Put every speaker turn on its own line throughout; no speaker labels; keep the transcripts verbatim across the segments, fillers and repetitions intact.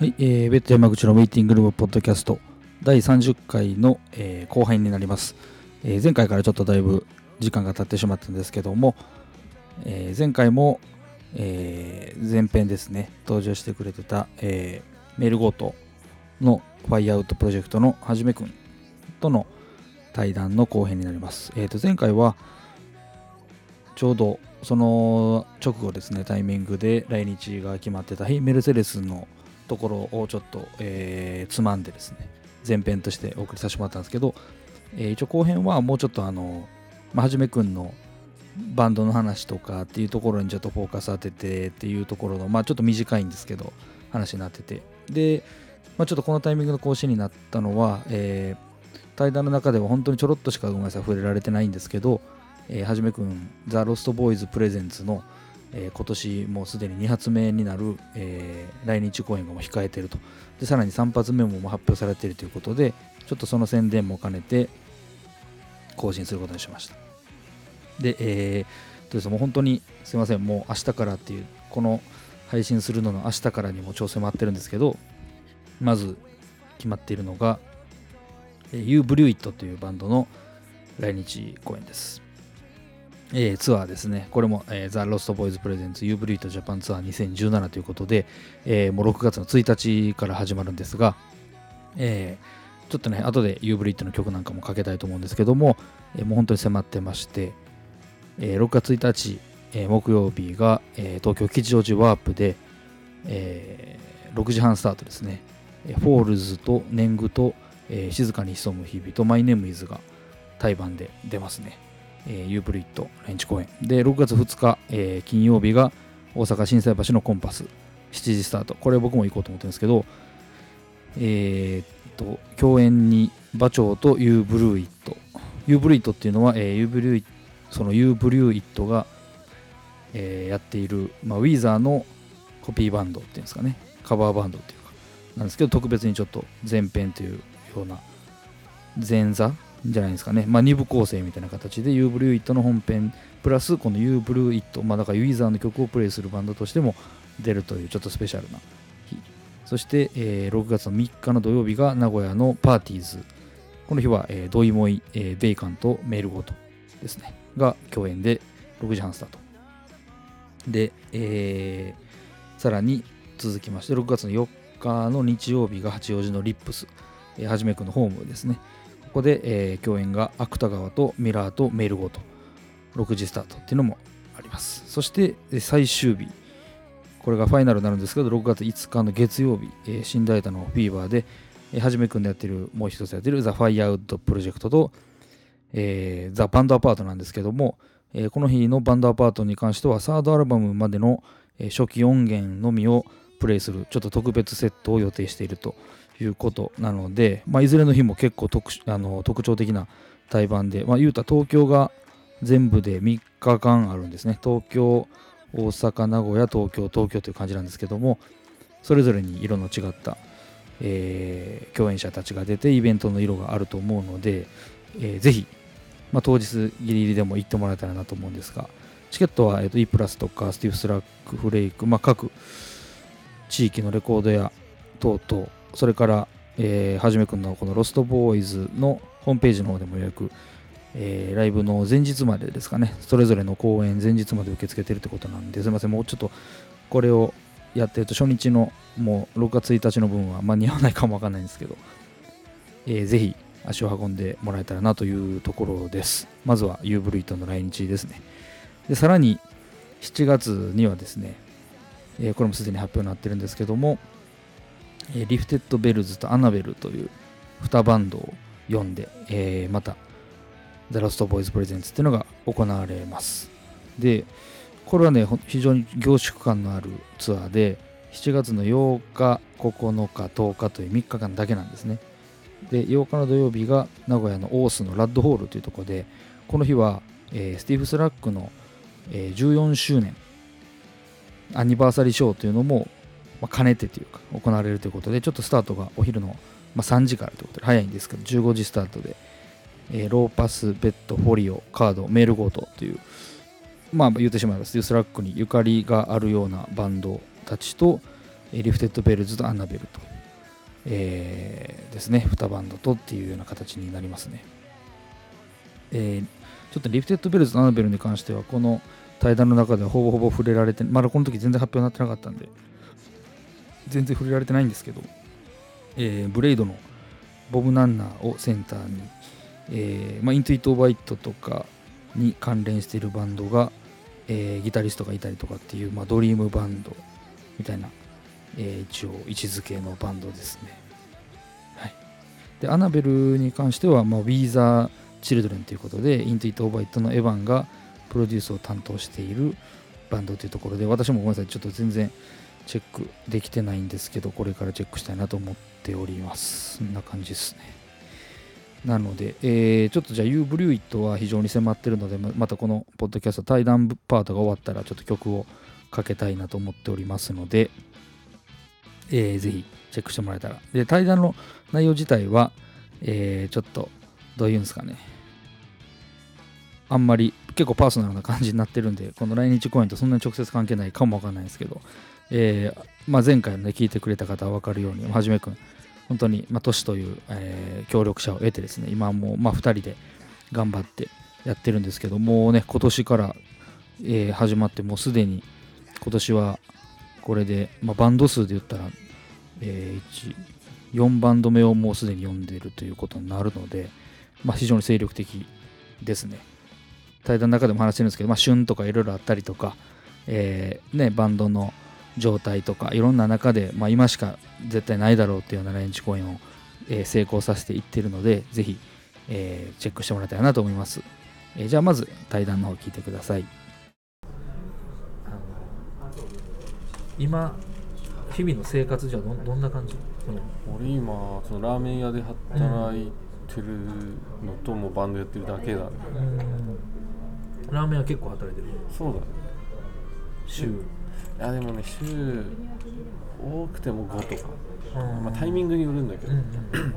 はい、えー、ベッド山口のウェイティングルームポッドキャストだいさんじゅっかいの、えー、後編になります、えー。前回からちょっとだいぶ時間が経ってしまったんですけども、えー、前回も、えー、前編ですね、登場してくれてた、えー、メールゴートのファイアウトプロジェクトのはじめくんとの対談の後編になります。えー、と前回はちょうどその直後ですね、タイミングで来日が決まってたメルセデスのところをちょっと、えー、つまんでですね、前編としてお送りさせてもらったんですけど、えー、一応後編はもうちょっとあの、まあ、はじめくんのバンドの話とかっていうところにちょっとフォーカス当ててっていうところの、まあちょっと短いんですけど話になってて、で、まあ、ちょっとこのタイミングの更新になったのは、えー、対談の中では本当にちょろっとしかごめんなさい触れられてないんですけど、えー、はじめくんザ・ロストボーイズプレゼンツのえー、今年もうすでにに発目になる、えー、来日公演がもう控えていると。でさらにさん発目ももう発表されているということで、ちょっとその宣伝も兼ねて更新することにしました。で、えー、とですね、もう本当にすいません、もう明日からっていう、この配信するのの明日からにも調整回ってるんですけど、まず決まっているのが、えー、You Blew It というバンドの来日公演です。えー、ツアーですね。これも、えー、ザ・ロストボーイズプレゼンツ You Blew It Japan ツアーにせんじゅうななということで、えー、もうろくがつのついたちから始まるんですが、えー、ちょっとね、後で You Blew It の曲なんかもかけたいと思うんですけども、えー、もう本当に迫ってまして、えー、ろくがつついたち、えー、木曜日が、えー、東京吉祥寺ワープで、えー、ろくじはんスタートですね。フォールズと年貢と、えー、静かに潜む日々とマイネームイズが対バンで出ますね。えー、ユーブリット来日公演で、ろくがつふつか、えー、金曜日が大阪心斎橋のコンパスしちじスタート。これ僕も行こうと思ってるんですけど、えー、っと共演に馬長とユーブルーイットユーブルーイットっていうのは、えー、ユーブルーイットそのユーブリューイットが、えー、やっている、まあ、ウィーザーのコピーバンドっていうんですかね、カバーバンドっていうかなんですけど、特別にちょっと前編というような前座じゃないですかね、まあ、に部構成みたいな形で You Blew It の本編プラスこの You Blew It、まあ、だからユーザーの曲をプレイするバンドとしても出るというちょっとスペシャルな日。そして、えー、ろくがつのみっかの土曜日が名古屋のパーティーズ。この日は、えー、ドイモイ、えー、ベイカンとメールゴートですねが共演でろくじはんスタートで、えー、さらに続きましてろくがつのよっかの日曜日が八王子のリップス、えー、はじめくんのホームですね。ここで、えー、共演が芥川とミラーとメールゴーとろくじスタートっていうのもあります。そして最終日、これがファイナルになるんですけど、ろくがついつかの月曜日、えー、新大田のフィーバーで、えー、はじめくんでやってるもう一つやってるザ・ファイアウトプロジェクトと、えー、ザ・バンドアパートなんですけども、えー、この日のバンドアパートに関してはサードアルバムまでの、えー、初期音源のみをプレイするちょっと特別セットを予定しているということなので、まあ、いずれの日も結構 特, あの特徴的な対バンで、まあ、言うたら東京が全部でみっかかんあるんですね。東京、大阪、名古屋、東京、東京という感じなんですけども、それぞれに色の違った、えー、共演者たちが出てイベントの色があると思うので、えー、ぜひ、まあ、当日ギリギリでも行ってもらえたらなと思うんですが、チケットは、えー、と E プラスとかスティーブ・スラック、フレイク、まあ、各地域のレコードや等々、それから、えー、はじめくんのこのロストボーイズのホームページの方でも予約、えー、ライブの前日までですかね、それぞれの公演前日まで受け付けてるってことなんで、すみません、もうちょっとこれをやってると初日のもうろくがつついたちの分は間に合わないかもわかんないんですけど、えー、ぜひ足を運んでもらえたらなというところです。まずはユーブルイトの来日ですね。で、さらにしちがつにはですね、えー、これもすでに発表になってるんですけども、リフテッドベルズとアナベルというにバンドを呼んで、えー、またザ・ロストボーイズプレゼンツっていうのが行われます。で、これはね、非常に凝縮感のあるツアーで、しちがつのようか、ここのか、とおかというみっかかんだけなんですね。で、ようかの土曜日が名古屋のオースのラッドホールというところで、この日は、えー、スティーブ・スラックの、えー、じゅうよんしゅうねんアニバーサリーショーというのもまあ、兼ねてというか行われるということで、ちょっとスタートがお昼の、まあ、さんじからということで早いんですけど、じゅうごじスタートで、えー、ローパス、ベッド、フォリオ、カード、メールゴートという、まあ言ってしまえばスティーブ・スラックにゆかりがあるようなバンドたちと、 えー、リフテッドベルズとアナベルと、えー、ですねにバンドとっていうような形になりますね。えー、ちょっとリフテッドベルズとアナベルに関してはこの対談の中ではほぼほぼ触れられて、まだこの時全然発表になってなかったんで全然触れられてないんですけど、えー、ブレイドのボブ・ナンナーをセンターに、えーまあ、イントゥイット・オーバー・イットとかに関連しているバンドが、えー、ギタリストがいたりとかっていう、まあ、ドリームバンドみたいな、えー、一応位置づけのバンドですね。はい、でアナベルに関しては、まあ、ウィーザー・チルドレンということでイントゥイット・オーバー・イットのエヴァンがプロデュースを担当しているバンドというところで、私もごめんなさいちょっと全然チェックできてないんですけど、これからチェックしたいなと思っております。そんな感じですね。なので、えー、ちょっとじゃあ You Blew It は非常に迫ってるので、またこのポッドキャスト対談パートが終わったらちょっと曲をかけたいなと思っておりますので、えー、ぜひチェックしてもらえたら。で、対談の内容自体は、えー、ちょっとどういうんですかね、あんまり結構パーソナルな感じになってるんで、この来日公演とそんなに直接関係ないかもわかんないですけど、えーまあ、前回のね聞いてくれた方は分かるようにはじめくん本当に、まあ、トシという、えー、協力者を得てですね、今はもう、まあ、ふたりで頑張ってやってるんですけど、もうね今年から、えー、始まってもうすでに今年はこれで、まあ、バンド数で言ったら、えー、よんバンド目をもうすでに読んでいるということになるので、まあ、非常に精力的ですね。対談の中でも話してるんですけど、まあ、旬とかいろいろあったりとか、えーね、バンドの状態とかいろんな中で、まあ、今しか絶対ないだろうっていうような来日公演を、えー、成功させていっているので、ぜひ、えー、チェックしてもらいたいなと思います。えー、じゃあまず対談の方聞いてください。あの今日々の生活じゃ ど, どんな感じ？
俺今そのラーメン屋で働いてるのと、もうバンドやってるだけだね。
うん、ラーメン屋結構働いてる？
そうだね。
週？
いやでもね、週多くてもごとか、まあ、タイミングによるんだけど、うんうん、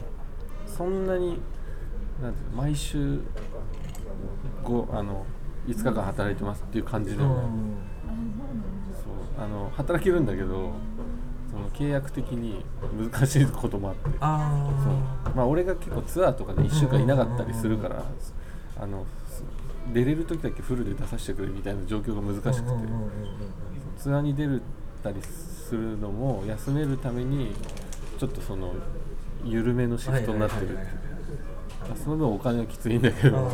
そんなになんて毎週ごあのいつかかん働いてますっていう感じでもない、うん、そうあの働けるんだけど、その契約的に難しいこともあって、あそう、まあ、俺が結構ツアーとかでいっしゅうかんいなかったりするから、あの出れる時だけフルで出させてくれみたいな状況が難しくて、ツアーに出るたりするのも休めるためにちょっとその緩めのシフトになってるっていう、その分お金はきついんだけど、そう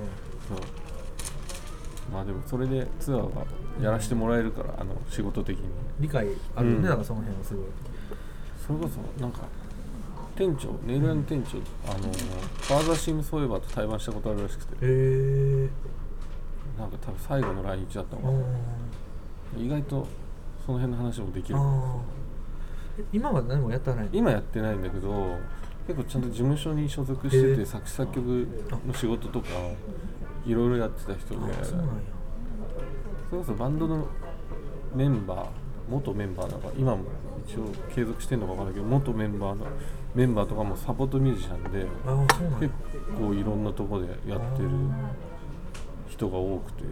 まあでもそれでツアーはやらせてもらえるから、あの仕事的に
理解あるね、うん、だからその辺はすごい。
それこそなんか店長、ネイル屋の店長、あのファーザーシムソエバーと対バンしたことあるらしくて、へー、なんか多分最後の来日だったのかな。意外とその辺の話もできる。今は何もやってない？今やってないんだけど、結構ちゃんと事務所に所属してて、作詞作曲の仕事とかいろいろやってた人で、そうなんや。それこそバンドのメンバー、元メンバーだから今も一応継続してるのか分からないけど、元メンバーのメンバーとかもサポートミュージシャンで、結構いろんなとこでやってる人が多くて、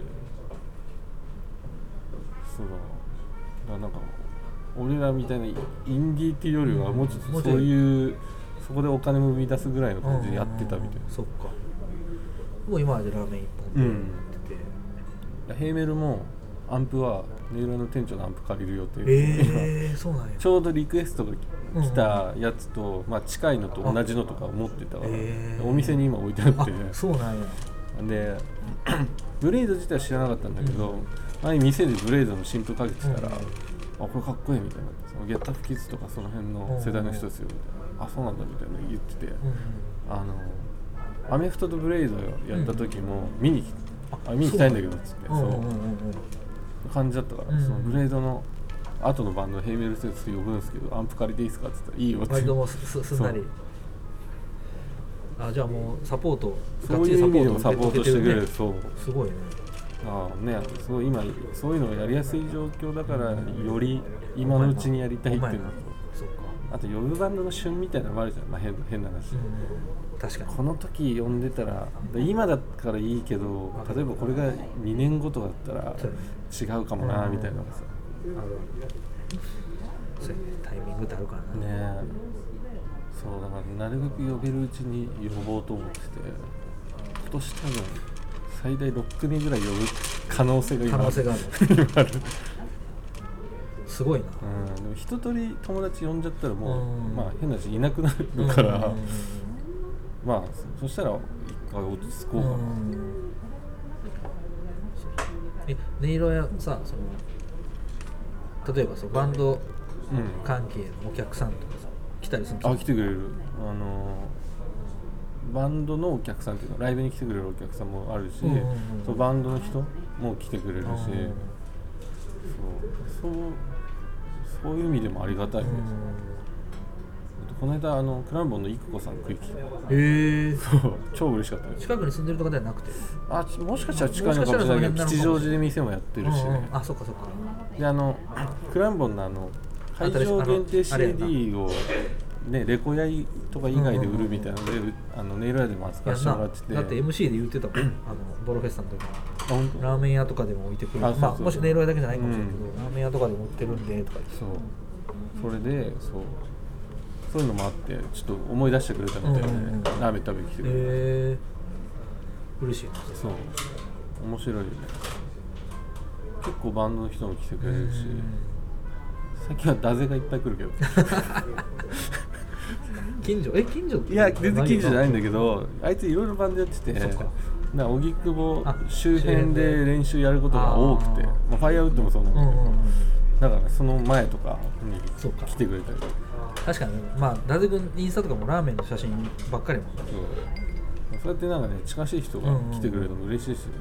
そうだな、だからなんか俺らみたいなインディーっていうよりはもうちょっとそういう、そこでお金も生み出すぐらいの感じでやってたみたいな。そっか。もう今までラーメン一本でやってて、うん、ヘイメルもアンプはネイルの店長のアンプ借りる予定で、えー、そうなんや。ちょうどリクエストが来たやつと、うん、まあ、近いのと同じのとかを持ってたから、えー、お店に今置いてあって、そうなんや。でブレイド自体は知らなかったんだけど、うん、前店でブレイドの新譜かけてたら、うん、あこれかっこいいみたいな、そのゲッタフキッズとかその辺の世代の人ですよみたいな、あそうなんだみたいな言ってて、うん、あのアメフトとブレイドやった時も見に来て、うん、あ見に行きたいんだけどっつって、そう、うんうんうん、感じだったから、うん、そのブレイドの後のバンドのヘイメルステーツ呼ぶんですけど、アンプ借りていいですかって言ったらいいよって。割ともす、すんなり。あ、じゃあもうサポート、そういう意味でもサポートしてくれる、そうすごいね。ああね、そう今そういうのがやりやすい状況だから、より今のうちにやりたいっていうのと、あと呼ぶバンドの旬みたいなのもあるじゃん、まあ、変, 変な話、うん、確かにこの時呼んでたら今だからいいけど、例えばこれがにねんごとだったら違うかもなみたいなのがさ、
そうやね、タイミングってあるからな。
ねえ、そうだからなるべく呼べるうちに呼ぼうと思ってて、今年多分最大ろっくみぐらい呼ぶ可能性が今
可能性がある
今ある
すごいな。
うん、でも一通り友達呼んじゃったらもう、
うん、
まあ変な話いなくなるから、
うんうんうんうん、
まあ そ, そしたら一回落ち着こうかな、うん、
え、音色やさ、その例えばそうバンド関係のお客さんとかさ、来たりするんですか？
あ、来てくれる。あのバンドのお客さんっていうのライブに来てくれるお客さんもあるし、うんうんうん、そうバンドの人も来てくれるし、うん、そうそうそういう意味でもありがたいです、うん、この間あのクランボンのイクコさん食い来て、へ
え、
そう超嬉しかったです。
近くに住んでるとかではなくて、
あ、もしかしたら近いのかもしれないけど吉祥寺で店もやってるし、ね、
うんうん、あ、そっかそっか。
であのクランボンのあの会場限定 シーディー をね、レコヤイとか以外で売るみたいなので、うんうんうん、あのネイル屋でも扱わせてもらってて、
だって エムシー で言ってたもんあのボロフェスタの時にラーメン屋とかでも置いてくる、あ、まあ、もしネイル屋だけじゃないかもしれないけど、うん、ラーメン屋とかでも売ってるんでとか言って、
そうそれでそうそういうのもあってちょっと思い出してくれたみたいで、うんうんうん、ラーメン食べに来てくれて、
えー、嬉しいな。
そう面白いよね。結構バンドの人も来てくれるし、最近はダゼがいっぱい来るけど
近所え近所って
いや全然近所じゃないんだけど、あいついろいろバンドやってて、な荻窪周辺で練習やることが多くて、まあ、ファイアウッドもそうなんだけど、うんうんうん、だからその前とかに来てくれたり。
確かに、まあダゼ君インスタとかもラーメンの写真ばっかりもん。そう
そうやってなんかね近しい人が来てくれるのも嬉しいですよね、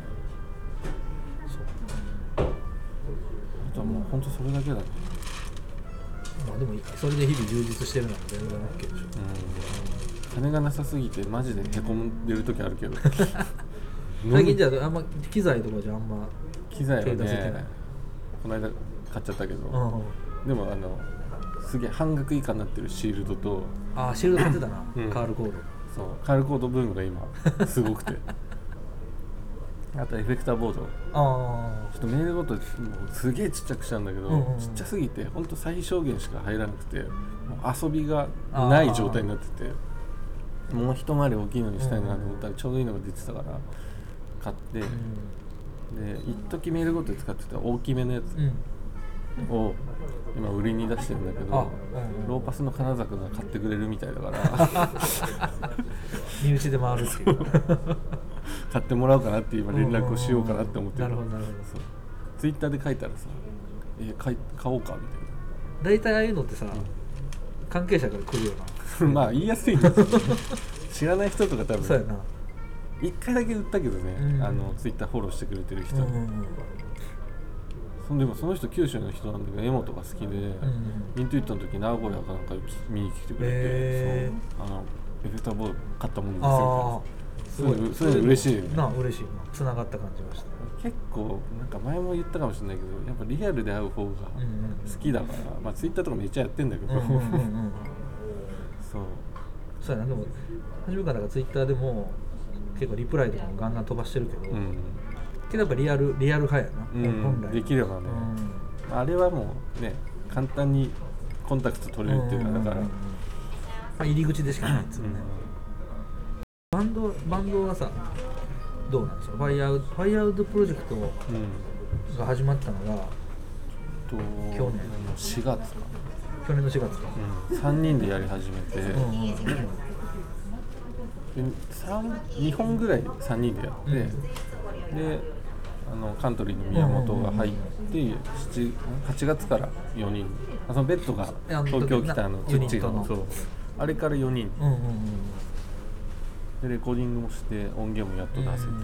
うんうん、あとはもう本当それだけだね。
まあでもそれで日々充実してるのも全然 OK でしょ、
うん、金がなさすぎてマジでへこんでる時あるけど
最近じゃああんま機材とかじゃあんま
機材はねこの間買っちゃったけど、うん、でもあのすげえ半額以下になってるシールドと、
ああシールド買ってたな、うん、カールコード、
そうカールコードブームが今すごくてあとエフェクターボード、あちょっとメールごとすげえちっちゃくしたんだけど、うんうん、ちっちゃすぎてほんと最小限しか入らなくてもう遊びがない状態になってて、もう一回り大きいのにしたいなと思ったらちょうどいいのが出てたから買って、うん、で一時メールごとで使ってた大きめのやつを今売りに出してるんだけど、うんうん、ローパスの金沢が買ってくれるみたいだから
身内で回るっていう
買ってもらおうかなって今連絡をしようかなって思ってる。
なるほどなるほど。
ツイッターで書いたらさ、え買い買おうかみたいな。
大体ああいうのってさ、うん、関係者から来るよ
なまあ言いやすいんですよ知らない人とか多分
そうやな。
一回だけ売ったけどね、うん、あのツイッターフォローしてくれてる人に、うんうんうん、そんでもその人九州の人なんだけどエモとか好きで、うんうん、イントゥイットの時名古屋かなんか見に来てくれて、えー、そうあのエフェクターボード買ったもんですよ。すごい、それ嬉しいよね。
な嬉しいな、つながった感じました。
結構なんか前も言ったかもしれないけど、やっぱリアルで会う方が好きだから、うんうん、まあツイッターとかめっちゃやってんだけど、うんうんうんうん、そう
そうやな。でも初めからツイッターでも結構リプライとかもガンガン飛ばしてるけど、うん、けどやっぱリアルリアル派やな、
うん、本来できればね、うん、あれはもうね簡単にコンタクト取れるっていうのはだから、うんうんうん、ま
あ、入り口でしかないですよね、うん、バンドバンドはさどうなんですか。ファイアウトファイアウトプロジェクトが始まったのが、
うん、去年のしがつか
去年のしがつか、
うん、さんにんでやり始めて、うんうん、でにほんぐらいさんにんでやって、うん、であのカントリーの宮本が入って、うんうんうん、はちがつからよにん、あそのベッドが東京来たのツッチがそうあれからよにん、うんうんうん、でレコーディングもして音源もやっと出せて、うん、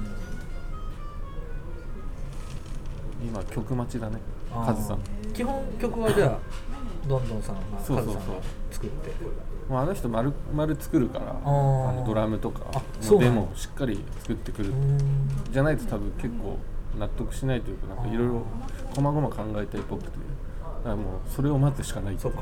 今曲待ちだね。カズさん
基本曲はじゃあどんどんさんがカズさんが作って、
あの人丸々作るから、あのドラムとかのデモをしっかり作ってくるじゃないと多分結構納得しないというか、なんかいろいろ細々考えたいっぽくて、だからもうそれを待つしかないって。
そうか。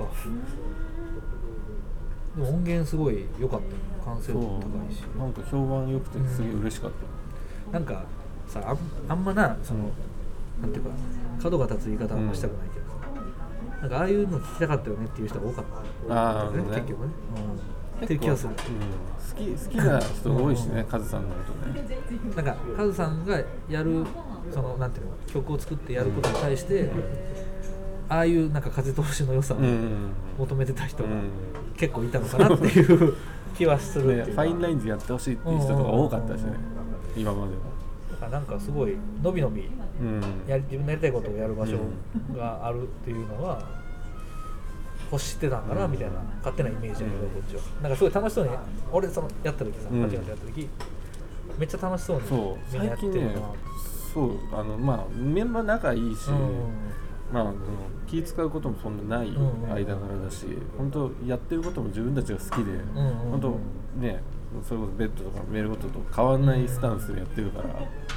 でも音源すごい良かったよね。完成度も高いし、
なんか評判良くてすげえ嬉しかった、
うん、なんかさ あ, あんまなそのなんていうか角が立つ言い方はあんましたくないけどさ、 なんかああいうの聞きたかったよねっていう人が多かった
ああ、ね、
結局ね、うん、っていう気がする、
うん、好き好きな人多いしね、カズさんのことね。
なんかカズさんがやるそのなんていうの曲を作ってやることに対して、うん、ああいうなんか風通しの良さを求めてた人が結構いたのかなっていう気はするっていうか、
ね、ファインラインズやってほしいっていう人とか多かったしね、今までは。
なんかすごいのびのびやり自分のやりたいことをやる場所があるっていうのは欲してたんかなみたいな勝手なイメージだけど、こっちはなんかすごい楽しそうに俺そのやった時さ、間違ってやった時めっちゃ楽しそうにみんなやってるな。
最近ね、そうあのまあメンバー仲いいし、まあ気使うこともそんなない間柄だし、本当やってることも自分たちが好きで、本当ね。それこそベッドとかメールごとと変わらないスタンスでやってるから、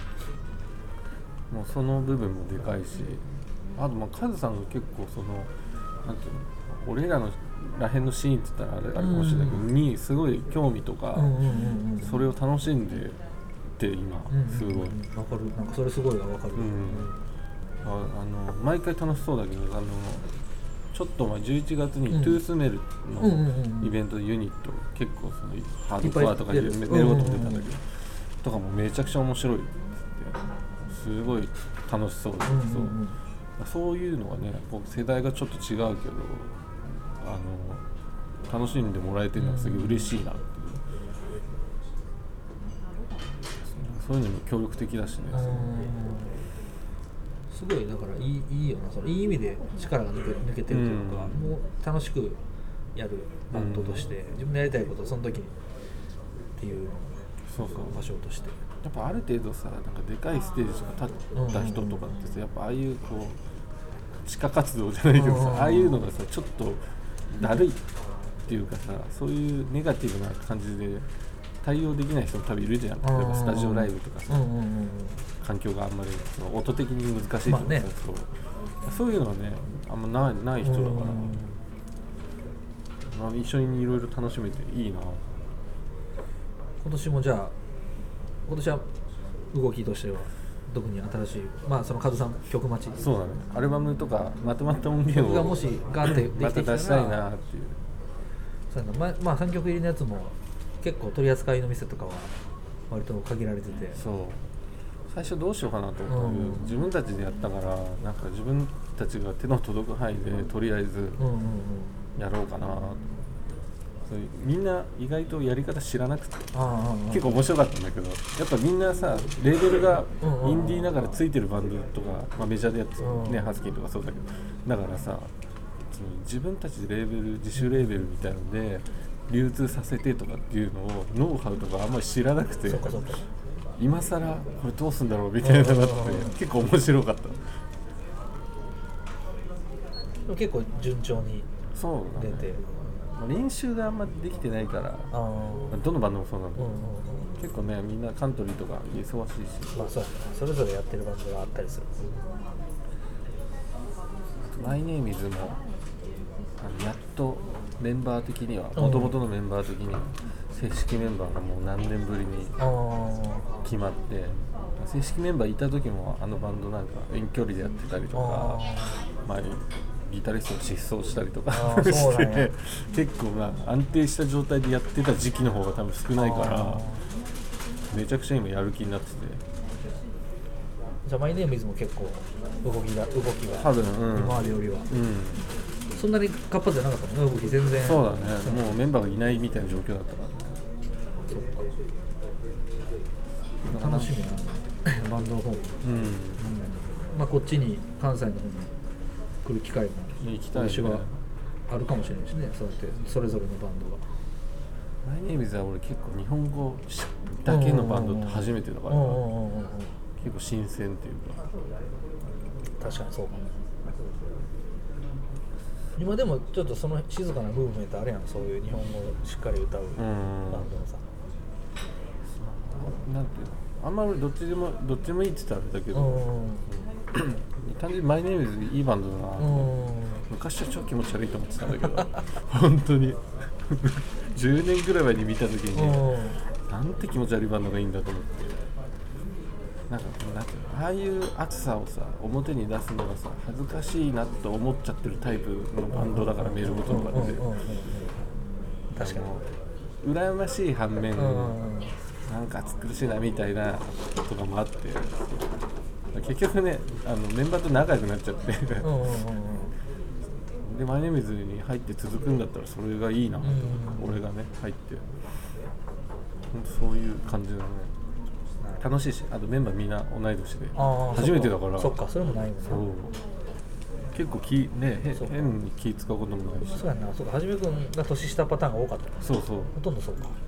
もうその部分もでかいし、あとまあカズさんが結構そのなんていうの、俺らのらへんのシーンって言ったらあれあれかもしれないけど、うん、にすごい興味とか、うんうんうんうん、それを楽しんでって今すごいわ、うんうんうん、
かる、なんかそれすごいわかる、うんうん、
ああの毎回楽しそうだけど、あのちょっと前じゅういちがつにトゥースメルのイベントでユニット、結構そのハードコアとかでメールごと出たんだけど、とかもめちゃくちゃ面白いってすごい楽しそうで、そうそういうのがね、僕世代がちょっと違うけど、あの楽しんでもらえてるのはすごい嬉しいなっていう、そういうのも協力的だしね。
すごいだからいい、いいよな、そのいい意味で力が抜け、抜けてるというか、うん、もう楽しくやるバンドとして、うん、自分でやりたいことをその時にっていうのを場所として、
やっぱある程度さ、なんかでかいステージとか立った人とかってさ、やっぱああいうこう地下活動じゃないけどさ、ああいうのがさちょっとだるいっていうかさ、そういうネガティブな感じで対応できない人も多分いるじゃん。例えばスタジオライブとかさ、環境があんまりその音的に難しいとかさ、まあね、そう、そういうのはねあんまない、ない人だから、まあ、一緒にいろいろ楽しめていいな。
今年もじゃあ今年は動きとしては特に新しい、まあそのカズさん曲待ち、
そうだね、アルバムとかまとまった音源を
がもしガーってできてきたら
また出したいなっていう。
そうやな、ま、まあさんきょく入りのやつも結構取り扱いの店とかは割と限られてて、
そう最初どうしようかなと思ったけど、うん、自分たちでやったから、なんか自分たちが手の届く範囲でとりあえずやろうかな、うんうんうん、そうみんな意外とやり方知らなくて、ああ結構面白かったんだけど、やっぱみんなさレーベルがインディーながらついてるバンドとか、まあ、メジャーでやってたね、ハスキーとかそうだけど、だからさその自分たちでレーベル自主レーベルみたいなので流通させてとかっていうのをノウハウとかあんまり知らなくて、そうかそうか、今更これどうすんだろうみたいなのがあって結構面白かった。で
も結構順調に出て、ね、
練習があんまできてないから、あどのバンドもそうなんだけど、うんうんうん、結構ねみんなカントリーとか忙しいし、
まあそう、それぞれやってるバンドがあったりする。
マイネームズもあのやっとメンバー的にはもともとのメンバー的には正式メンバーがもう何年ぶりに決まって、正式メンバーいた時もあのバンドなんか遠距離でやってたりとか、前ギタリストが失踪したりとかして、ね、結構まあ安定した状態でやってた時期の方が多分少ないから、めちゃくちゃ今やる気になってて。
じゃあマイネームズも結構動きが動きが
多分、うん、
今までよりは、うん、そんなに活発じゃなかったもんね、動き全然。
そうだね、もうメンバーがいないみたいな状況だったからね。
そうか、楽しみなバンドの方も、うんうん、まあこっちに関西の方に来る機会も
行きたいね、
があるかもしれないしね、そうやってそれぞれのバンドが。
マイネームズは俺結構日本語だけのバンドって初めてだから、結構新鮮っていうか。
確かにそうかも。今でもちょっとその静かなムーブメントあるやん、そういう日本語をしっかり歌うバンドのさ。
なんていうの、あんまりどっちでもどっちでもいいって言ったらあれだけど、単純にマイネームズいいバンドだなと。昔は超気持ち悪いと思ってたんだけど本当にじゅうねんぐらい前に見た時になんて気持ち悪いバンドがいいんだと思って。 なんかなんていうの、ああいう熱さをさ表に出すのがさ恥ずかしいなと思っちゃってるタイプのバンドだから、メールごととかって、
確か
に羨ましい反面、うん、なんか暑苦しいなみたいなとかもあって、結局ねあのメンバーと仲良くなっちゃってでマイネームズに入って続くんだったらそれがいいなと、うん、俺がね入ってほんとそういう感じだね。楽しいし、あとメンバーみんな同い年で初めてだから、
そっか、それもないもんね。
そう結構気、ね、変に気使うこともないし。
そうやな、そうか、はじめくんが年下パターンが多かった。
そうそう、
ほとんどそうか。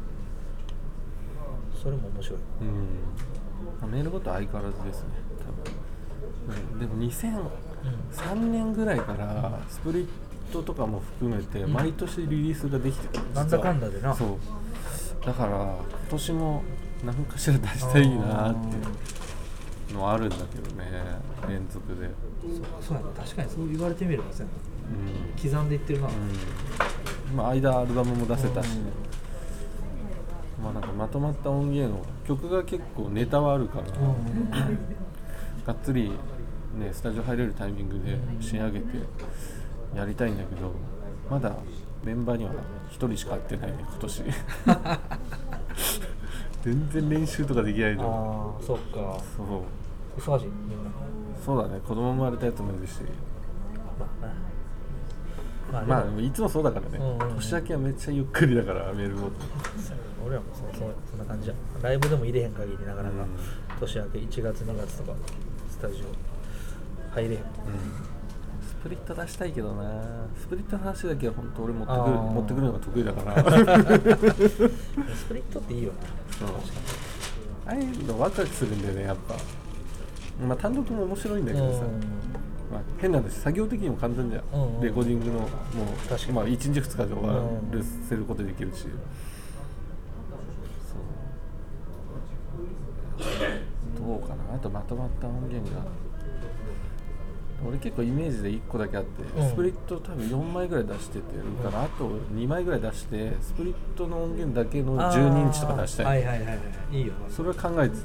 それも面白い。
うん、メールごと相変わらずですね多分。でもにせんさんねんぐらいからスプリットとかも含めて毎年リリースができてた、うん、
なんだかんだでな。
そうだから今年も何かしら出したいなっていうのはあるんだけどね、連続で。
そうそうやな、確かにそう言われてみればさ、うん、刻んでいってるな、
うん、まあ間アルバムも出せたし、うん、まあなんかまとまった音源を曲が結構ネタはあるから、うん、がっつりねスタジオ入れるタイミングで仕上げてやりたいんだけど、まだメンバーにはひとりしか会ってないね今年全然練習とかできない
の。ああ、そっか。そう。忙しいみんな。
そうだね、子供生まれたやつもいるし。まあね。まあ、まあ、でもいつもそうだからね、うんうんうん。年明けはめっちゃゆっくりだからメールごと。
俺らもそうそうそんな感じや。ライブでも入れへん限りなかなか、うん、年明けいちがつにがつとかスタジオ入れへん。うん、
スプリット出したいけどな。スプリットの話だけは本当俺持ってくる持ってくるのが得意だから
スプリットっていいよね。
そうああいうのワクワクするんだよねやっぱ。まあ単独も面白いんだけどさ、まあ、変なんだし作業的にも簡単じゃん、うんうん、レコーディングのもう確かまあいちにちふつかで終わらせることできるし、うん、そうどうかな。あとまとまった音源が俺結構イメージでいっこだけあって、うん、スプリット多分よんまいぐらい出しててるから、うん、あとにまいぐらい出してスプリットの音源だけのじゅうにインチとか出したい。
はいはいはいはい、いいよ。
それは考えてて、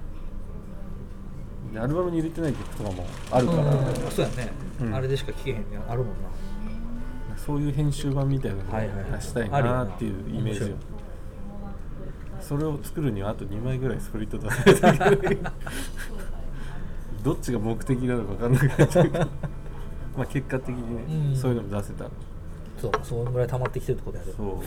アルバムに入れてない曲とかもあるから、うん、
そうやね、うん、あれでしか聴けへんやあるもんな。
そういう編集版みたいなのを出したいなっていうイメージを、それを作るにはあとにまいぐらいスプリット出さないといけないどっちが目的なのか分かんなくなっちゃうけどまあ結果的にね、うん、そういうのも出せた。
そう、そのぐらい溜まってきてるってことやで。
そうか。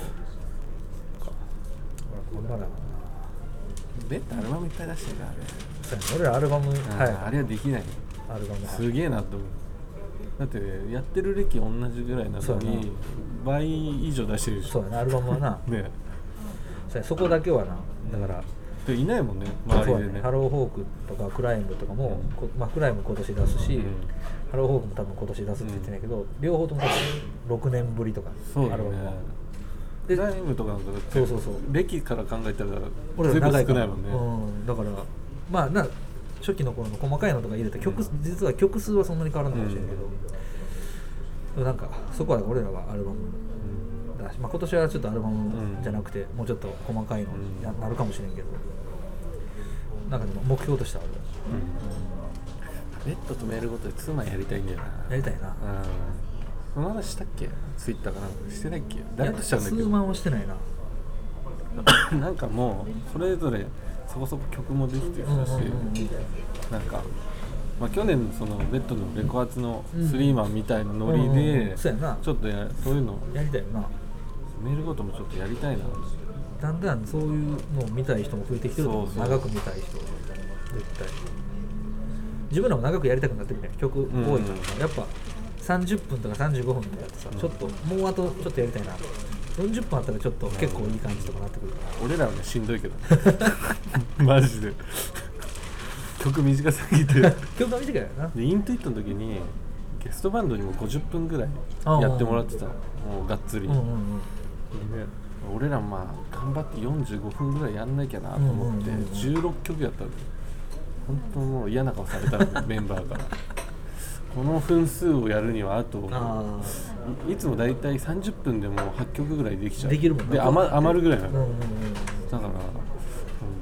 ほら、こんなだな。
ベッドアルバムいっぱい出してるからね。
俺らアルバム、はい、
あれはできない。
アルバム
すげえなと思う。だってやってる歴同じぐらいなのに倍以上出してるでしょ。
そうやな、アルバムはな
ね、
そ, そこだけはな、だから
でいないもんね周りで ね,
ね。ハローホークとかクライムとかも、うん、まあクライム今年出すし、うん、ハローホークも多分今年出すって言ってないけど、うん、両方ともろくねんぶりとか。
そうだね。クライムとかなんか
そうそうそう
歴から考えたら全部少ないもんね。
うん、だからまあな初期の頃の細かいのとか入れた曲、うん、実は曲数はそんなに変わらないかもしれないけど、うん、なんかそこは俺らはアルバムだし、まあ、今年はちょっとアルバムじゃなくて、うん、もうちょっと細かいのになるかもしれんけど、なんかでも目標としてはある、
うん、ベッドとメールごとでツーマンやりたいんだよな。
やりたいな。
その話したっけ？ツイッターかなんかしてないっけ？誰としたんだっけ？
ツーマンはしてない
ななんかもうそれぞれそこそこ曲もできてるし、うんうんうん、なんか、まあ、去年そのベッドのレコ発のスリーマンみたいなノリでちょっとやそういうの
やりたいよな。
メールごともちょっとやりたいな。
だんだんそういうのを見たい人も増えてきてると思う。そうそう、長く見たい人絶対自分らも長くやりたくなってるね。曲多いから、うんうん、やっぱさんじゅっぷんとかさんじゅうごふんとかやってさ、うん、ちょっともうあとちょっとやりたいな。よんじゅっぷんあったらちょっと結構いい感じとかなってくるから。
俺らはねしんどいけどマジで曲短すぎて
曲が短いよな。
でイントゥイットの時にゲストバンドにもごじゅっぷんぐらいやってもらってたの。もうがっつり、うんうんうん、で俺らまあ頑張ってよんじゅうごふんぐらいやんなきゃなと思ってじゅうろっきょくやったんで、本当もう嫌な顔されたのメンバーからこの分数をやるにはあとあ い, いつもだいたいさんじゅっぷんでもはっきょくぐらいできちゃう。
できるもんね。
で 余, 余るぐらいなの、うんうんうん、だから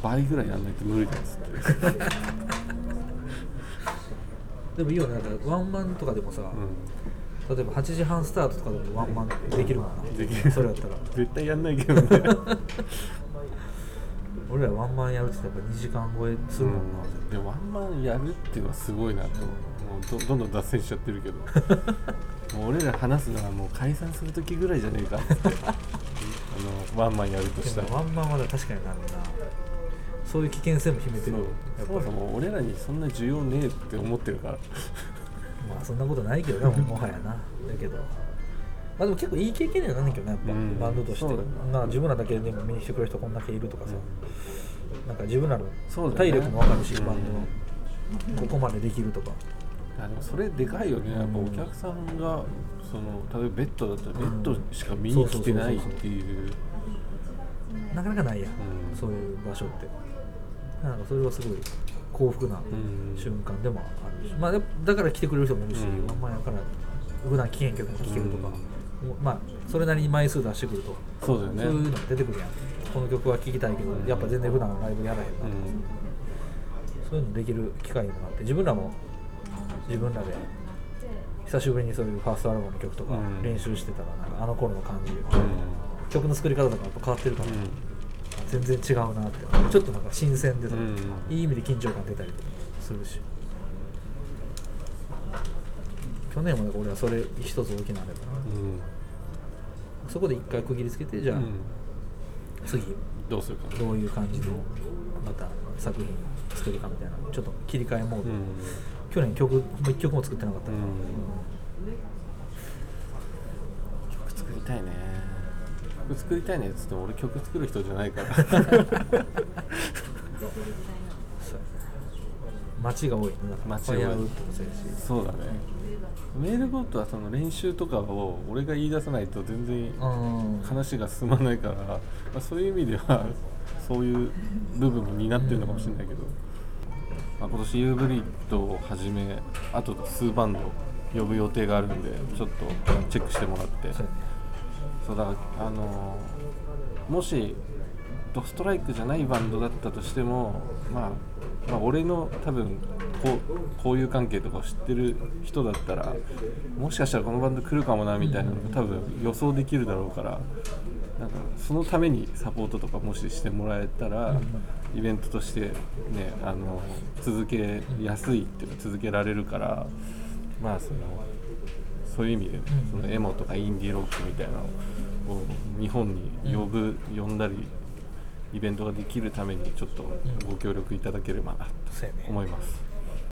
倍ぐらいやんないと無理だっつって
でもいいよね、なんかワンマンとかでもさ、うん、例えばはちじはんスタートとかでもワンマンできるもんな。できる。それやったら
絶対やんないけどね
俺らワンマンやるってやっぱにじかん超えするもんな、
うん、でワンマンやるっていうのはすごいなと、うん、もう ど, どんどん脱線しちゃってるけどもう俺ら話すのはもう解散する時ぐらいじゃねえかってあのワンマンやるとしたら
ワンマンは確かになるな、そういう危険性も秘めてる。
そもそも俺らにそんな需要ねえって思ってるから
まあそんなことないけどなもはやなだけど、まあでも結構いい経験にはなんだけどね、やっぱ、うん、バンドとして、まあ、自分らだけでも見に来てくれる人こんだけいるとかさ、うん、なんか自分らの体力も分かるし、ね、バンドのここまでできるとか、
あでもそれでかいよね、やっぱお客さんがその例えばベッドだったらベッドしか見に来てないっていう
なかなかないや、うん、そういう場所ってなんかそれはすごい幸福な瞬間でもあるし、うん、まあ、だから来てくれる人もいるし、うん、まあやから普段聴けん曲も聴けるとか、うん、まあそれなりに枚数出してくると
そうだよね、
そういうの出てくるやん。この曲は聴きたいけどやっぱ全然普段ライブやらへんなとか、うん、そういうのできる機会もあって、自分らも自分らで久しぶりにそういうファーストアルバムの曲とか練習してたら、なんかあの頃の感じ、うん、曲の作り方とかやっぱ変わってるから、うん、全然違うなって、ちょっとなんか新鮮でさ、うん、いい意味で緊張感出たりするし、去年も俺はそれ一つ大きなあれだな、うん、そこで一回区切りつけて、じゃあ、うん、次
どうするか、
どういう感じのまた作品作るかみたいなちょっと切り替えモード、うん、去年曲一曲も作ってなかったから、うんうん、
曲作りたいね。曲作りたいねっつっても俺曲作る人じゃないから
街が多いね。
街が多い。そうだね。メールボットはその練習とかを俺が言い出さないと全然話が進まないから、まあ、そういう意味ではそういう部分も担ってるのかもしれないけど、まあ、今年 ユーブリッドをはじめあと数バンド呼ぶ予定があるんでちょっとチェックしてもらって、そうだあのもしドストライクじゃないバンドだったとしても、まあ、まあ俺の多分こう、こういう関係とかを知ってる人だったらもしかしたらこのバンド来るかもなみたいなのが多分予想できるだろうから、なんかそのためにサポートとかもししてもらえたらイベントとしてね、あの続けやすいっていうか続けられるから、まあそのそういう意味で、ね、そのエモとかインディーロックみたいなのを日本に呼ぶ、呼んだりイベントができるためにちょっとご協力いただければなと思います。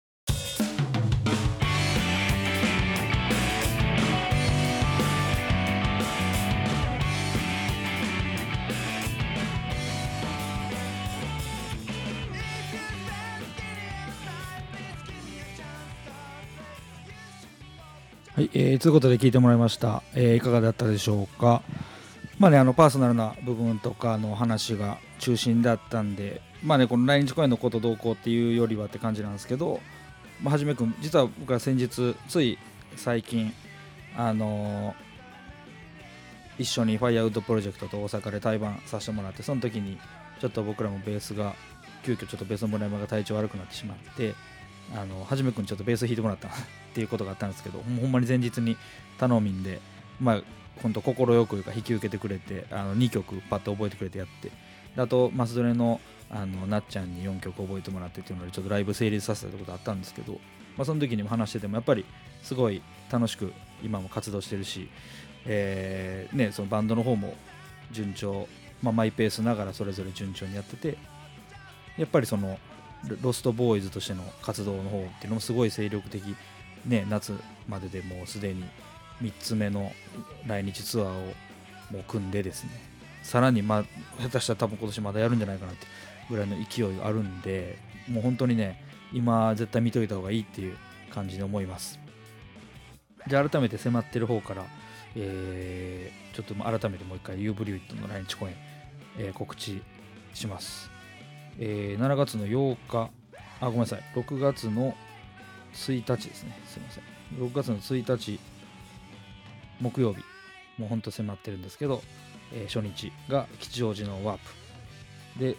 はい、えー、ということで聞いてもらいました、えー、いかがだったでしょうか。まあね、あのパーソナルな部分とかの話が中心だったんで、まあね、この来日公演のことどうこうっていうよりはって感じなんですけど、まあ、はじめくん実は僕は先日つい最近あのー、一緒にファイアウッドプロジェクトと大阪で対バンさせてもらって、その時にちょっと僕らもベースが急遽ちょっとベースの村山が体調悪くなってしまって、あのはじめくんちょっとベース弾いてもらったっていうことがあったんですけど、ほんまに前日に頼みんで、まあ本当快くいうか引き受けてくれて、あのにきょくパッと覚えてくれてやって、であとマスドレのあのなっちゃんによんきょく覚えてもらってっていうのでちょっとライブ成立させたことあったんですけど、まあ、その時にも話しててもやっぱりすごい楽しく今も活動してるし、えーね、そのバンドの方も順調、まあ、マイペースながらそれぞれ順調にやってて、やっぱりそのロストボーイズとしての活動の方っていうのもすごい精力的、ね、夏まででもうすでにみっつめの来日ツアーをもう組んでですね、さらにまあ下手したら多分今年まだやるんじゃないかなってぐらいの勢いがあるんで、もう本当にね今絶対見といた方がいいっていう感じに思います。じゃあ改めて迫ってる方から、えー、ちょっと改めてもう一回ユーブリュイットの来日公演、えー、告知します。えー、しちがつのようか、あごめんなさいろくがつのついたちですね、すいませんろくがつのついたち木曜日、もうほんと迫ってるんですけど、えー、初日が吉祥寺のワープで、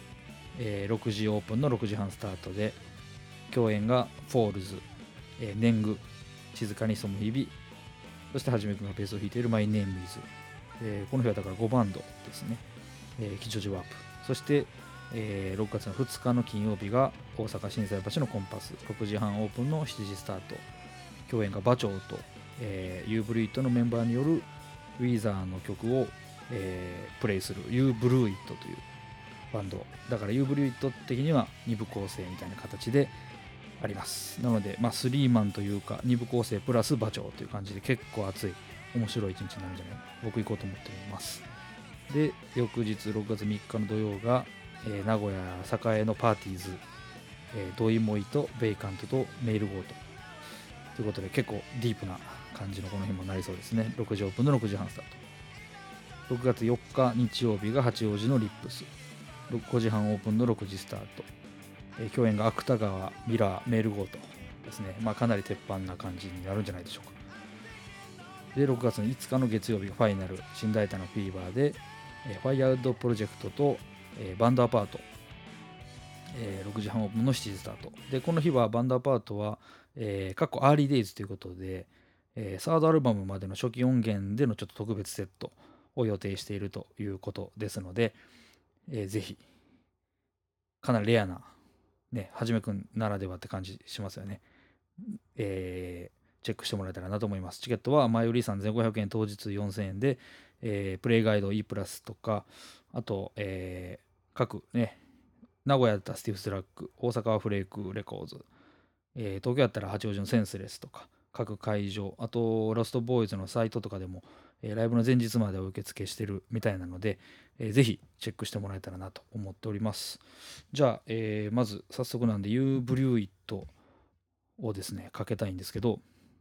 えー、ろくじオープンのろくじはんスタートで、共演がフォールズ、えー、年貢、静かに潜む日々、そしてはじめくんがベースを弾いているマイネームイズ、えー、この日はだからごバンドですね、えー、吉祥寺ワープ、そして、えー、ろくがつのふつかの金曜日が大阪心斎橋のコンパス、ろくじはんオープンのしちじスタート、共演が馬長と、えー、ユーブルーイットのメンバーによるウィザーの曲を、えー、プレイするユーブルーイットというバンドだから、ユーブルーイット的にはに部構成みたいな形であります。なので、まあ、スリーマンというかに部構成プラス馬長という感じで結構熱い面白い一日になるんじゃないか僕行こうと思っています。で、翌日ろくがつみっかの土曜が、えー、名古屋栄のパーティーズ、えー、ドイモイとベイカントとメイルゴートということで、結構ディープな感じのこの日もなりそうですね。ろくじオープンのろくじはんスタート。ろくがつよっか日曜日が八王子のリップス、ごじはんオープンのろくじスタート、えー、共演が芥川、ミラー、メールゴートですね。まあかなり鉄板な感じになるんじゃないでしょうか。で、ろくがつのいつかの月曜日がファイナル、新大田のフィーバーで、えー、ファイアウトプロジェクトと、えー、バンドアパート、えー、ろくじはんオープンのしちじスタートで、この日はバンドアパートは、えー、過去アーリーデイズということで、えー、サードアルバムまでの初期音源でのちょっと特別セットを予定しているということですので、えー、ぜひかなりレアなね、はじめくんならではって感じしますよね。えー、チェックしてもらえたらなと思います。チケットは前売りさんぜんごひゃくえん、当日よんせんえんで、えー、プレイガイド E プラスとか、あと、えー、各ね、名古屋だったらスティーフスラック、大阪はフレークレコーズ、えー、東京だったら八王子のセンスレスとか、各会場、あとロストボーイズのサイトとかでも、えー、ライブの前日までお受付してるみたいなので、えー、ぜひチェックしてもらえたらなと思っております。じゃあ、えー、まず早速なんで You Blew It をですねかけたいんですけど、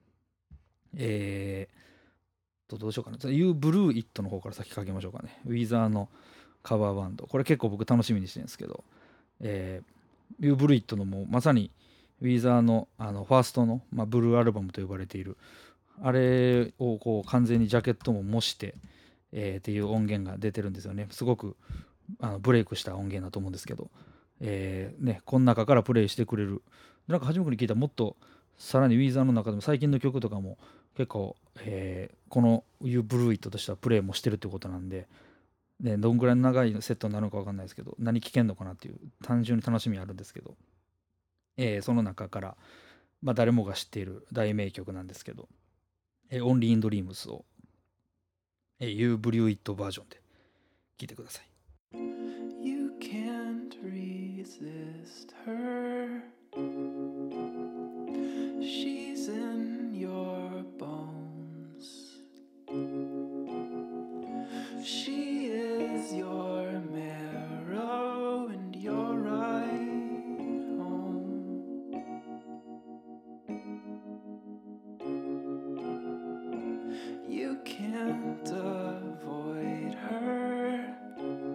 えー、とどうしようかな。You Blew It の方から先かけましょうかね。ウィザーのカバーバンド、これ結構僕楽しみにしてるんですけど、えー、You Blew It のもうまさにウィザーのあのファーストの、まあ、ブルーアルバムと呼ばれているあれをこう完全にジャケットも模して、えー、っていう音源が出てるんですよね。すごくあのブレイクした音源だと思うんですけど、えーね、この中からプレイしてくれる。なんか初めに聞いたらもっとさらにウィザーの中でも最近の曲とかも結構、えー、この You Blew It としてはプレイもしてるってことなんで、ね、どんぐらいの長いセットになるのか分かんないですけど、何聴けんのかなっていう単純に楽しみあるんですけど、えー、その中から、まあ、誰もが知っている大名曲なんですけど、えー、Only in Dreams を、えー、You Blew It バージョンで聴いてください。
You can't resist her. She's in your bones. She is your marrow and your right home. You can't avoid her.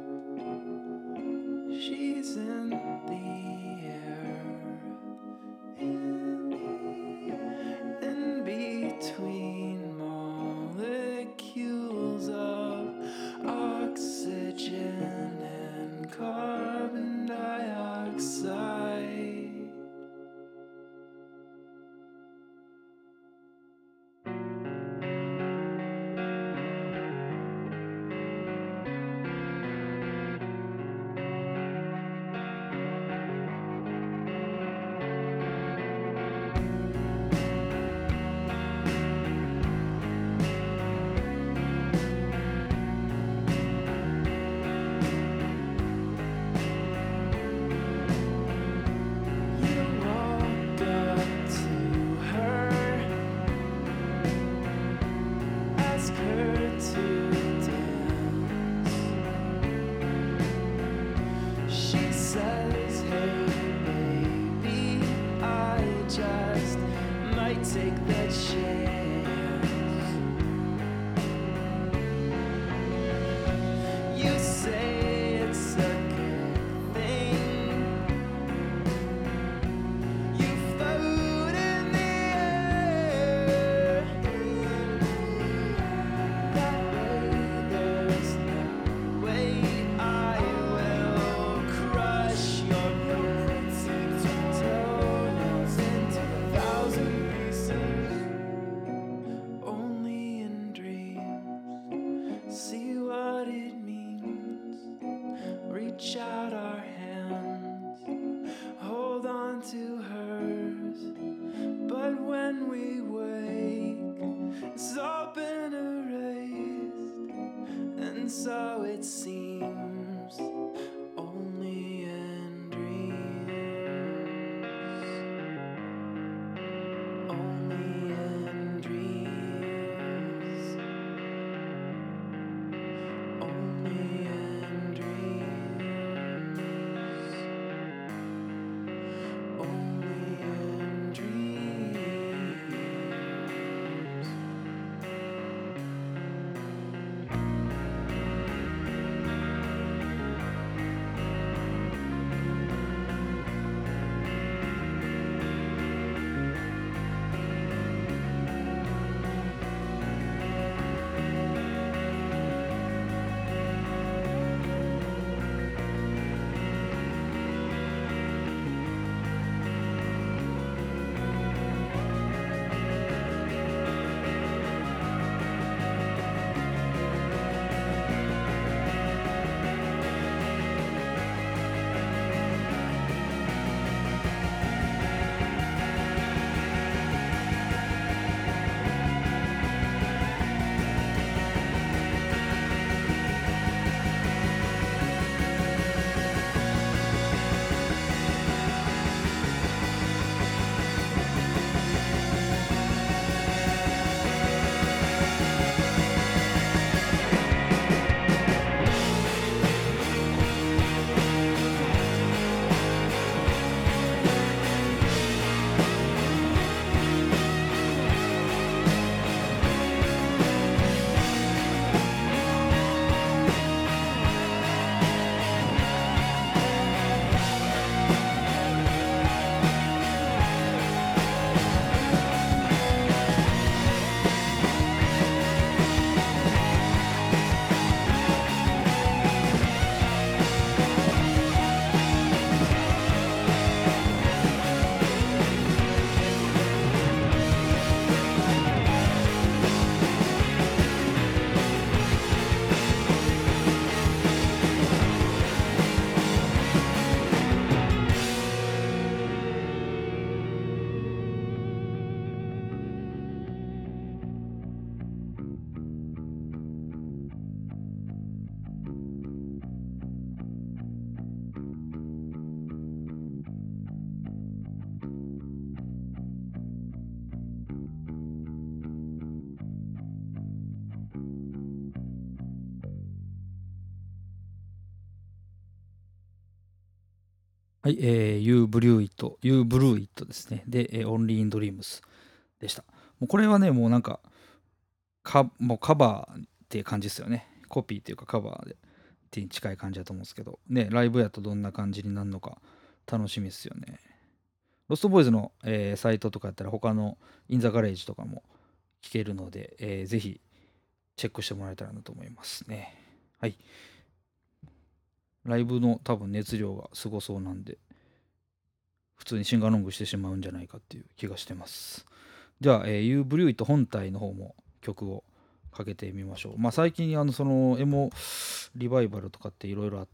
はい、えー、You Blue It、You Blue It ですね。で、えー、Only in Dreams でした。もうこれはね、もうなんか、かもうカバーっていう感じですよね。コピーっていうかカバーでってに近い感じだと思うんですけど、ね、ライブやとどんな感じになるのか楽しみですよね。ロストボーイズの、えーサイトとかやったら他のインザガレージとかも聞けるので、えーぜひチェックしてもらえたらなと思いますね。はい。ライブの多分熱量がすごそうなんで、普通にシンガーロングしてしまうんじゃないかっていう気がしてます。じゃあ、えー、You Blue It 本体の方も曲をかけてみましょう。まあ最近あのそのエモリバイバルとかっていろいろあって、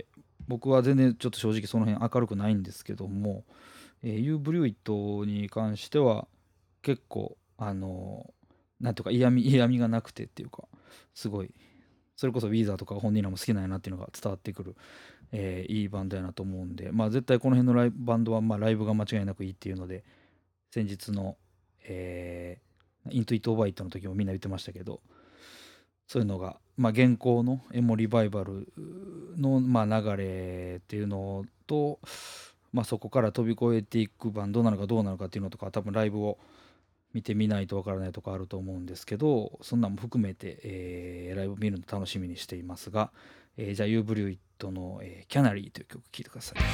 僕は全然ちょっと正直その辺明るくないんですけども、えー、You Blue It に関しては結構あのなんていうか嫌味嫌味がなくてっていうか、すごいそれこそウィーザーとか本人らも好きなんやなっていうのが伝わってくる、えーいいバンドやなと思うんで、まあ絶対この辺のライブバンドはまあライブが間違いなくいいっていうので、先日の、えー、イントゥイットオーバーイットの時もみんな言ってましたけど、そういうのが、まあ、現行のエモリバイバルの、まあ、流れっていうのと、まあ、そこから飛び越えていくバンドなのかどうなのかっていうのとか、多分ライブを見てみないとわからないとこあると思うんですけど、そんなのも含めて、えーライブ見るの楽しみにしていますが、えーじゃあ You Blue It の、えー、キャナリーという曲聴いてください。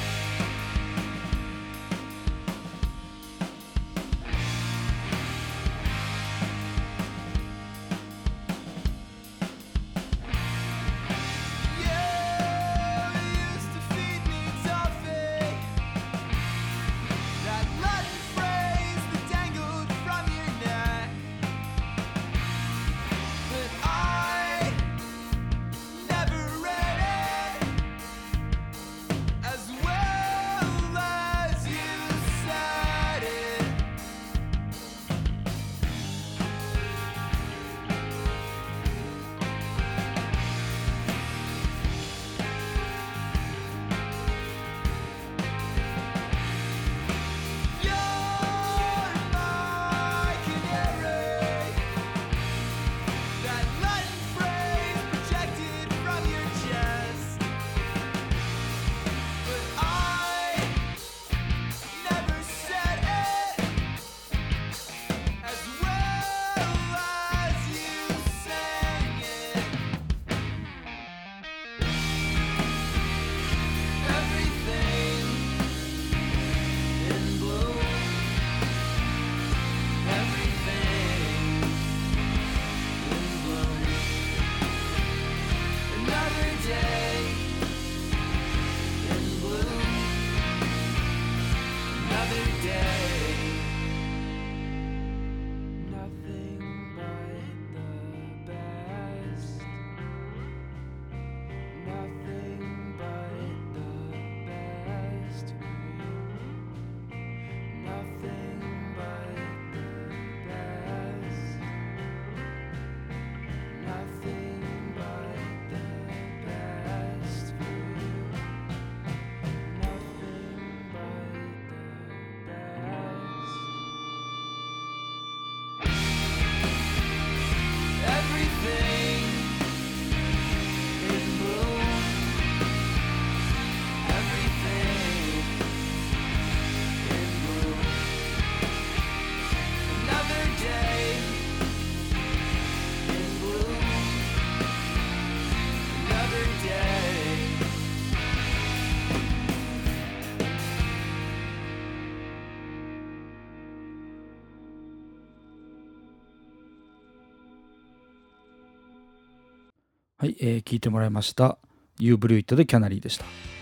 はい、えー聞いてもらいました You Blue It でキャナリーでした。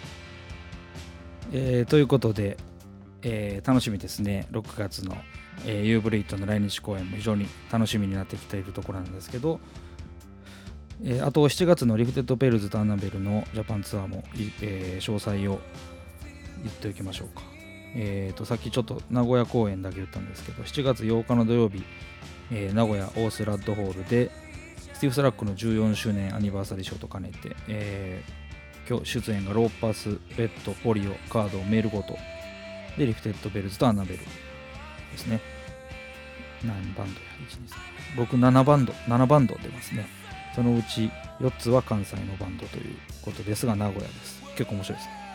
えーということで、えー楽しみですね。ろくがつの、えー、You Blue It の来日公演も非常に楽しみになってきているところなんですけど、えーあとしちがつのリフテッドペルズとアナベルのジャパンツアーも、えー詳細を言っておきましょうか。えーとさっきちょっと名古屋公演だけ言ったんですけど、しちがつようかの土曜日、えー名古屋オースラッドホールでスティーブ・スラックのじゅうよんしゅうねんアニバーサリーショーと兼ねて、えー、今日出演がローパス、ベッド、ポリオ、カード、メールごとでリフテッドベルズとアナベルですね。何バンドやいちにさんろくななバンドななバンド出ますね。そのうちよっつは関西のバンドということですが名古屋です。結構面白いですね。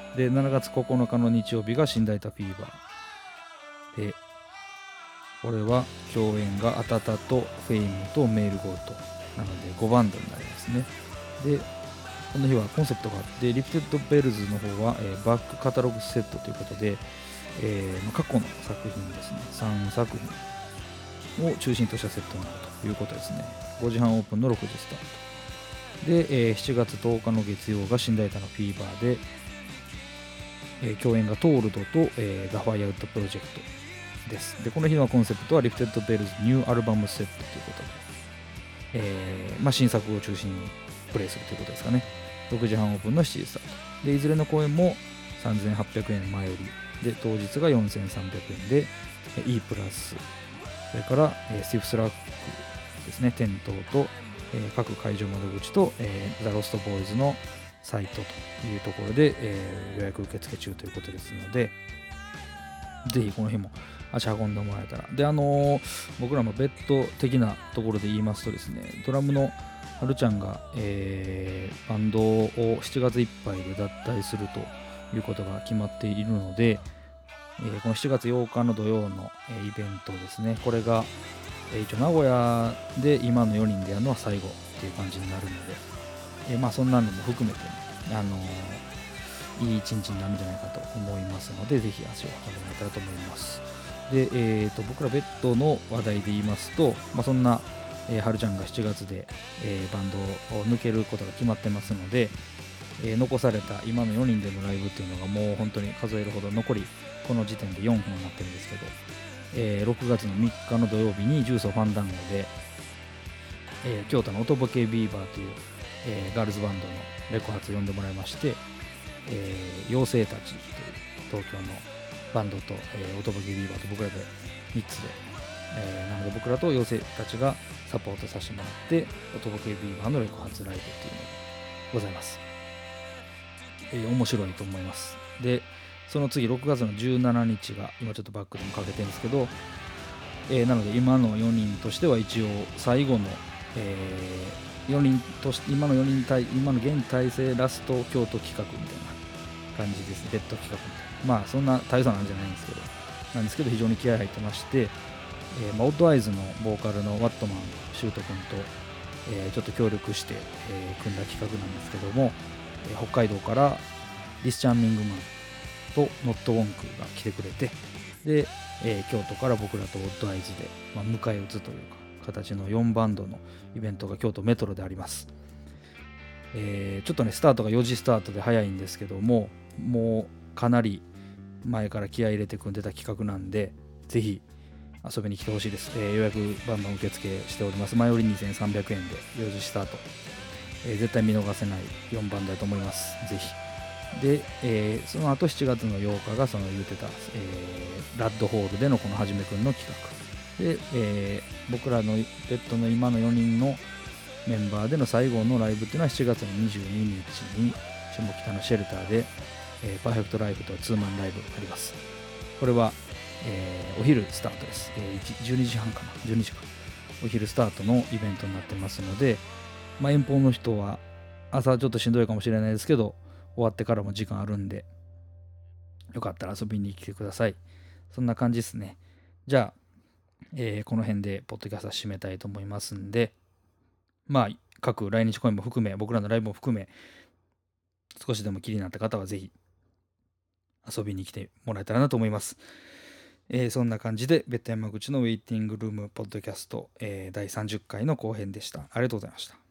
でしちがつここのかの日曜日が新大田フィーバーで、これは共演がアタタとフェイムとメールゴートなのでごバンドになりますね。でこの日はコンセプトがあって、リフテッドベルズの方は、えー、バックカタログセットということで、えー、過去の作品ですね、さんさくひんを中心としたセットになるということですね。ごじはんオープンのろくじスタートで、えー、しちがつとおかの月曜が新大田のフィーバーで、えー、共演がトールドと、えー、ザ・ファイアウッドプロジェクトです。でこの日のコンセプトはリフテッドベルズニューアルバムセットということで、えーまあ、新作を中心にプレイするということですかね。ろくじはんオープンのしちじスタートで、いずれの公演もさんぜんはっぴゃくえん前売りで、当日がよんせんさんびゃくえんで E プラス、それから、えー、スティフスラックですね、店頭と、えー、各会場窓口と、えー、ザ・ロストボーイズのサイトというところで、えー、予約受付中ということですので、ぜひこの日も足運んでもらえたら。で、あのー、僕らもベッド的なところで言いますとですね、ドラムのはるちゃんが、えー、バンドをしちがついっぱいで脱退するということが決まっているので、えー、このしちがつようかの土曜の、えー、イベントですね、これが、えー、一応名古屋で今のよにんでやるのは最後っていう感じになるので、えー、まあそんなのも含めて、ね、あのー、いい一日になるんじゃないかと思いますので、ぜひ足を運んでもらえたらと思います。で、えー、と僕らベッドの話題で言いますと、まあ、そんなえー、はるちゃんがしちがつで、えー、バンドを抜けることが決まってますので、えー、残された今のよにんでのライブっていうのがもう本当に数えるほど残りこの時点でよんほんになってるんですけど、えー、ろくがつのみっかの土曜日にジュースファンダンゴで、えー、京都の音ボケビーバーという、えー、ガールズバンドのレコ発呼んでもらいまして、えー、妖精たちという東京のバンドと、えー、音ボケビーバーと僕らでみっつで、えー、なので僕らと妖精たちがサポートさせてもらって、音ボケビーバーのレコ発ライブっていうのがございます。えー、面白いと思います。で、その次ろくがつのじゅうしちにちが、今ちょっとバックでもかけてるんですけど、えー、なので今のよにんとしては一応最後の、えー、よにんとして今のよにん対今の現体制ラスト京都企画みたいな感じですね。ベッド企画みたいな、まあそんな大差なんじゃないんですけどなんですけど非常に気合入ってまして、えーまあ、オッドアイズのボーカルのワットマンシュート君と、えー、ちょっと協力して、えー、組んだ企画なんですけども、えー、北海道からディスチャーミングマンとノットウォンクが来てくれて、で、えー、京都から僕らとオッドアイズで、まあ、迎え撃つというか形のよんバンドのイベントが京都メトロであります。えー、ちょっとねスタートがよじスタートで早いんですけども、もうかなり前から気合い入れて組んでた企画なんで、ぜひ遊びに来てほしいです。えー、予約バンバン受付しております。前売りにせんさんびゃくえんでよじスタート、えー、絶対見逃せないよんばんだと思います。ぜひ。で、えー、その後しちがつのようかがその言ってた、えー、ラッドホールでのこのはじめくんの企画で、えー、僕らのベッドの今のよにんのメンバーでの最後のライブっていうのはしちがつのにじゅうににちに下北のシェルターで、えー、パーフェクトライブとツーマンライブあります。これは、えー、お昼スタートです、えー、じゅうにじはんかなじゅうにじかお昼スタートのイベントになってますので、まあ、遠方の人は朝ちょっとしんどいかもしれないですけど終わってからも時間あるんでよかったら遊びに来てください。そんな感じですね。じゃあ、えー、この辺でポッドキャストは締めたいと思いますんで、まあ各来日公演も含め僕らのライブも含め少しでも気になった方はぜひ遊びに来てもらえたらなと思います。えー、そんな感じでベッド山口のウェイティングルームポッドキャスト、えー、だいさんじゅっかいの後編でした。ありがとうございました。